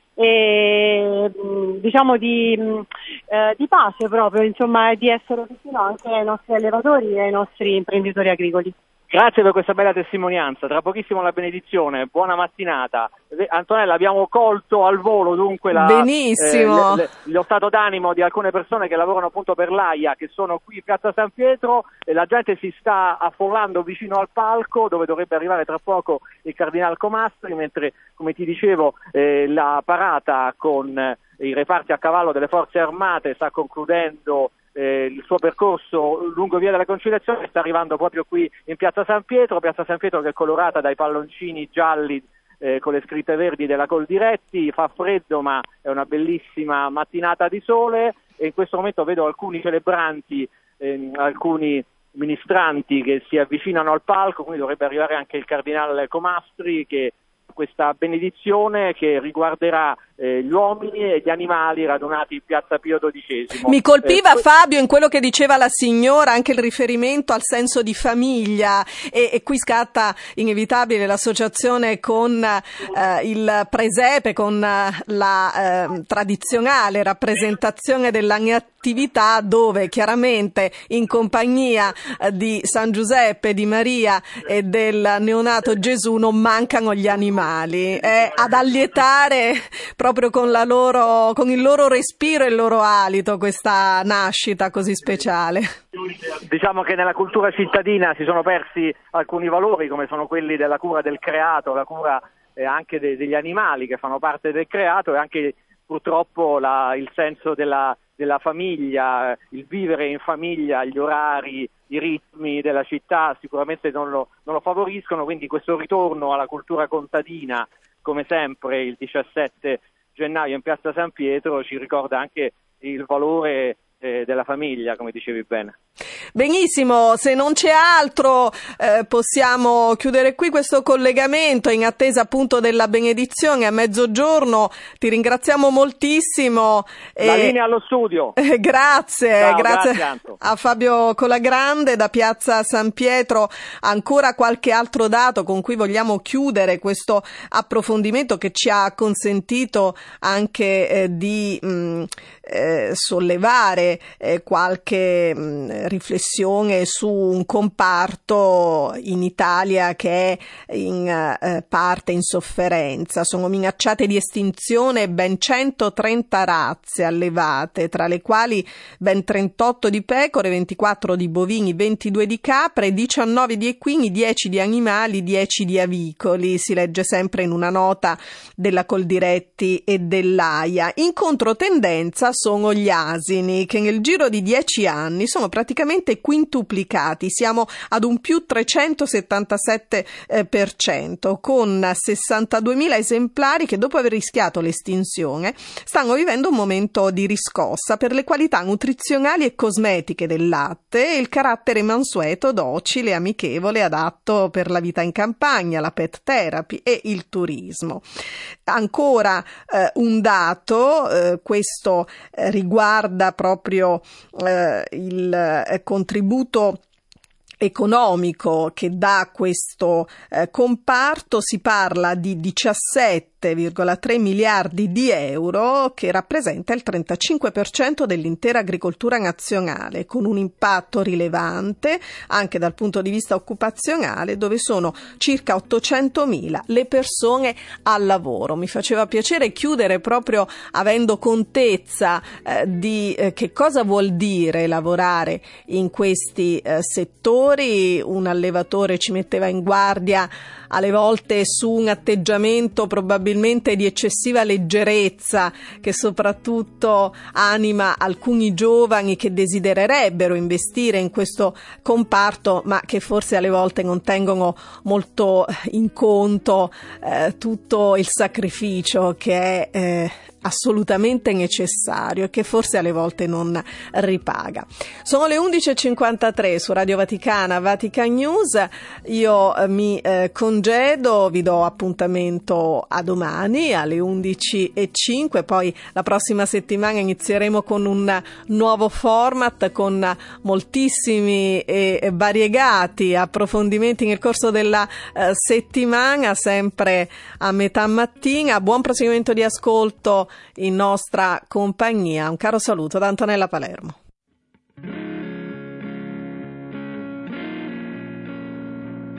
e diciamo di, eh, di pace proprio, insomma, di essere vicino anche ai nostri allevatori e ai nostri imprenditori agricoli. Grazie per questa bella testimonianza. Tra pochissimo la benedizione. Buona mattinata. Antonella, abbiamo colto al volo dunque la, Benissimo. Eh, le, le, lo stato d'animo di alcune persone che lavorano appunto per l'AIA, che sono qui in Piazza San Pietro, e la gente si sta affollando vicino al palco dove dovrebbe arrivare tra poco il Cardinal Comastri, mentre, come ti dicevo, eh, la parata con eh, i reparti a cavallo delle Forze Armate sta concludendo Eh, il suo percorso lungo via della Conciliazione, sta arrivando proprio qui in Piazza San Pietro, Piazza San Pietro che è colorata dai palloncini gialli eh, con le scritte verdi della Coldiretti. Fa freddo ma è una bellissima mattinata di sole, e in questo momento vedo alcuni celebranti, eh, alcuni ministranti che si avvicinano al palco, quindi dovrebbe arrivare anche il Cardinale Comastri, che questa benedizione che riguarderà eh, gli uomini e gli animali radunati in Piazza Pio dodicesimo. Mi colpiva eh, Fabio in quello che diceva la signora, anche il riferimento al senso di famiglia, e, e qui scatta inevitabile l'associazione con eh, il presepe, con la eh, tradizionale rappresentazione dell'attività, dove chiaramente in compagnia eh, di San Giuseppe, di Maria e del neonato Gesù non mancano gli animali. È ad allietare proprio con la loro, con il loro respiro e il loro alito questa nascita così speciale. Diciamo che nella cultura cittadina si sono persi alcuni valori, come sono quelli della cura del creato, la cura eh, anche de- degli animali che fanno parte del creato, e anche purtroppo la, il senso della, della famiglia, il vivere in famiglia, gli orari, i ritmi della città sicuramente non lo, non lo favoriscono, quindi questo ritorno alla cultura contadina, come sempre il diciassette gennaio in Piazza San Pietro, ci ricorda anche il valore eh, della famiglia, come dicevi bene. Benissimo, se non c'è altro eh, possiamo chiudere qui questo collegamento in attesa appunto della benedizione a mezzogiorno. Ti ringraziamo moltissimo. La e... linea allo studio. Eh, grazie, Ciao, grazie, grazie a Fabio Colagrande da Piazza San Pietro. Ancora qualche altro dato con cui vogliamo chiudere questo approfondimento, che ci ha consentito anche eh, di mh, eh, sollevare eh, qualche mh, riflessione su un comparto in Italia che è in eh, parte in sofferenza. Sono minacciate di estinzione ben centotrenta razze allevate, tra le quali ben trentotto di pecore, ventiquattro di bovini, ventidue di capre, diciannove di equini, dieci di animali, dieci di avicoli. Si legge sempre in una nota della Coldiretti e dell'AIA. In controtendenza sono gli asini, che nel giro di dieci anni sono praticamente quintuplicati. Siamo ad un più trecentosettantasette per cento, con sessantaduemila esemplari che, dopo aver rischiato l'estinzione, stanno vivendo un momento di riscossa per le qualità nutrizionali e cosmetiche del latte e il carattere mansueto, docile, amichevole, adatto per la vita in campagna, la pet therapy e il turismo. Ancora eh, un dato, eh, questo eh, riguarda proprio eh, il eh, contributo economico che dà questo eh, comparto. Si parla di diciassette virgola tre miliardi di euro, che rappresenta il trentacinque per cento dell'intera agricoltura nazionale, con un impatto rilevante anche dal punto di vista occupazionale, dove sono circa ottocentomila le persone al lavoro. Mi faceva piacere chiudere proprio avendo contezza eh, di eh, che cosa vuol dire lavorare in questi eh, settori. Un allevatore ci metteva in guardia alle volte su un atteggiamento probabilmente di eccessiva leggerezza, che soprattutto anima alcuni giovani che desidererebbero investire in questo comparto, ma che forse alle volte non tengono molto in conto eh, tutto il sacrificio che è eh, assolutamente necessario e che forse alle volte non ripaga. Sono le undici e cinquantatré su Radio Vaticana, Vatican News. Io eh, mi eh, congedo, vi do appuntamento a domani alle undici e cinque, poi la prossima settimana inizieremo con un nuovo format con moltissimi e variegati approfondimenti nel corso della eh, settimana, sempre a metà mattina. Buon proseguimento di ascolto in nostra compagnia. Un caro saluto da Antonella Palermo.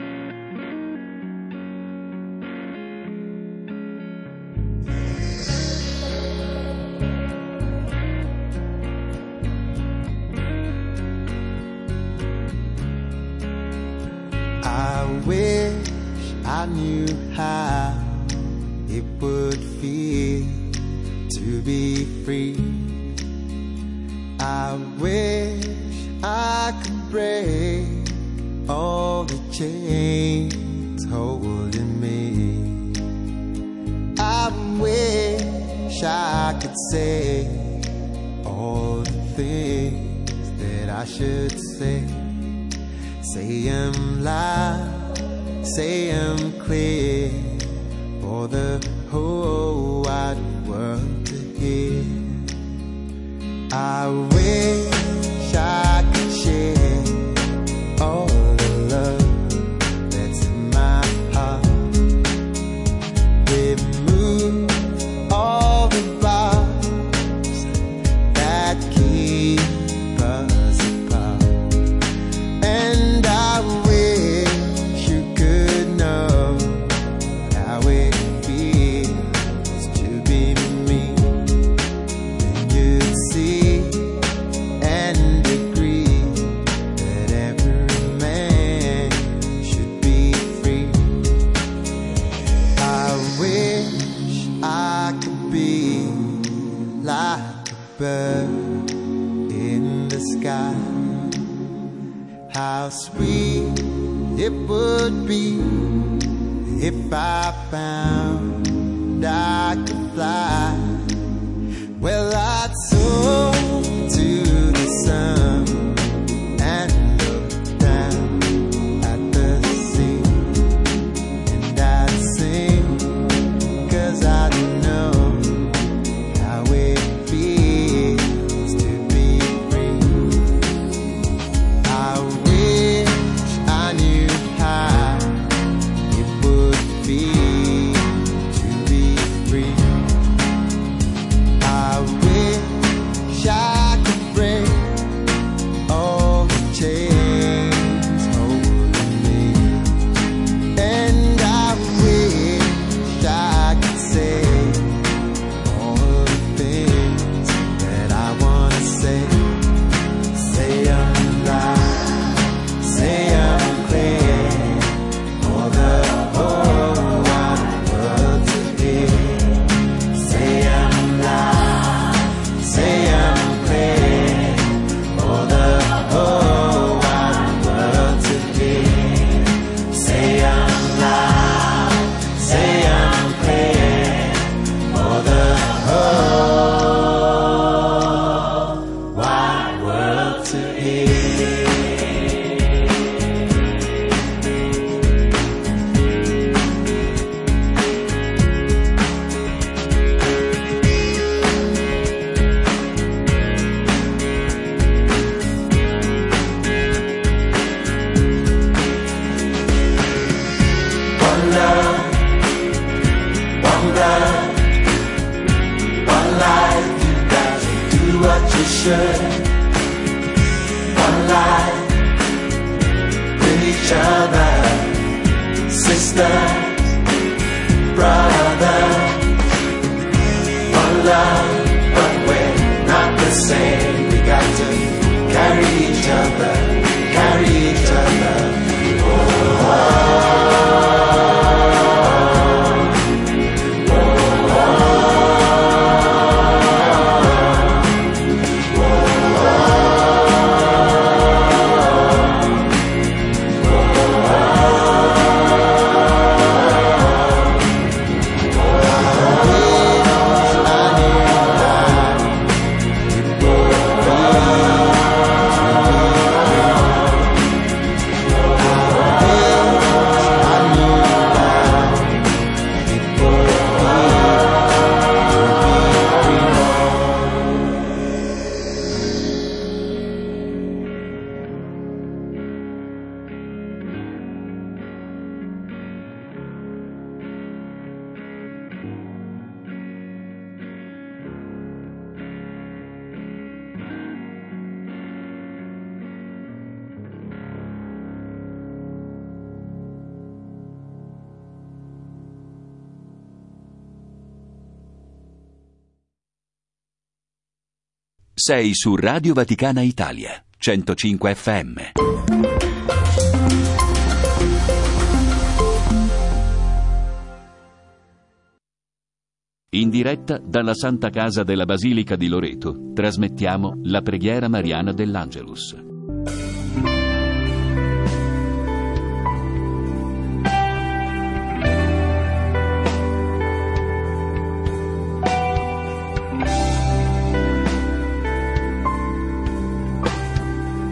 I wish I knew how it would feel to be free. I wish I could break all the chains holding me. I wish I could say all the things that I should say. Say 'em loud, say 'em clear, for the whole wide world to hear. I wish I could share all the love that's in my heart. Remove all the bars that keep us apart. And I wish you could know how it feels to be me. Then you'd see and agree that every man should be free. I wish I could be like a bird in the sky. How sweet it would be if I found I could fly. Well, I'd soar to the sun and look down at the sea, and I'd sing, 'cause I know how it feels to be free. I wish I knew how it would feel to be free. I wish I could break all the chains holding me, and I wish I could say all the things that I wanna say. Say 'em loud, say 'em clear, for the whole wide world to hear. Say 'em loud, say 'em clear, for the whole wide world to hear. Say 'em loud, say 'em clear, for the whole wide world to hear. One love, one blood, one life. You got to do what you should. One life with each other, sisters, brothers. One love, but we're not the same. We got to carry each other, carry each other. Sei su Radio Vaticana Italia, centocinque effe emme. In diretta dalla Santa Casa della Basilica di Loreto trasmettiamo la preghiera mariana dell'Angelus.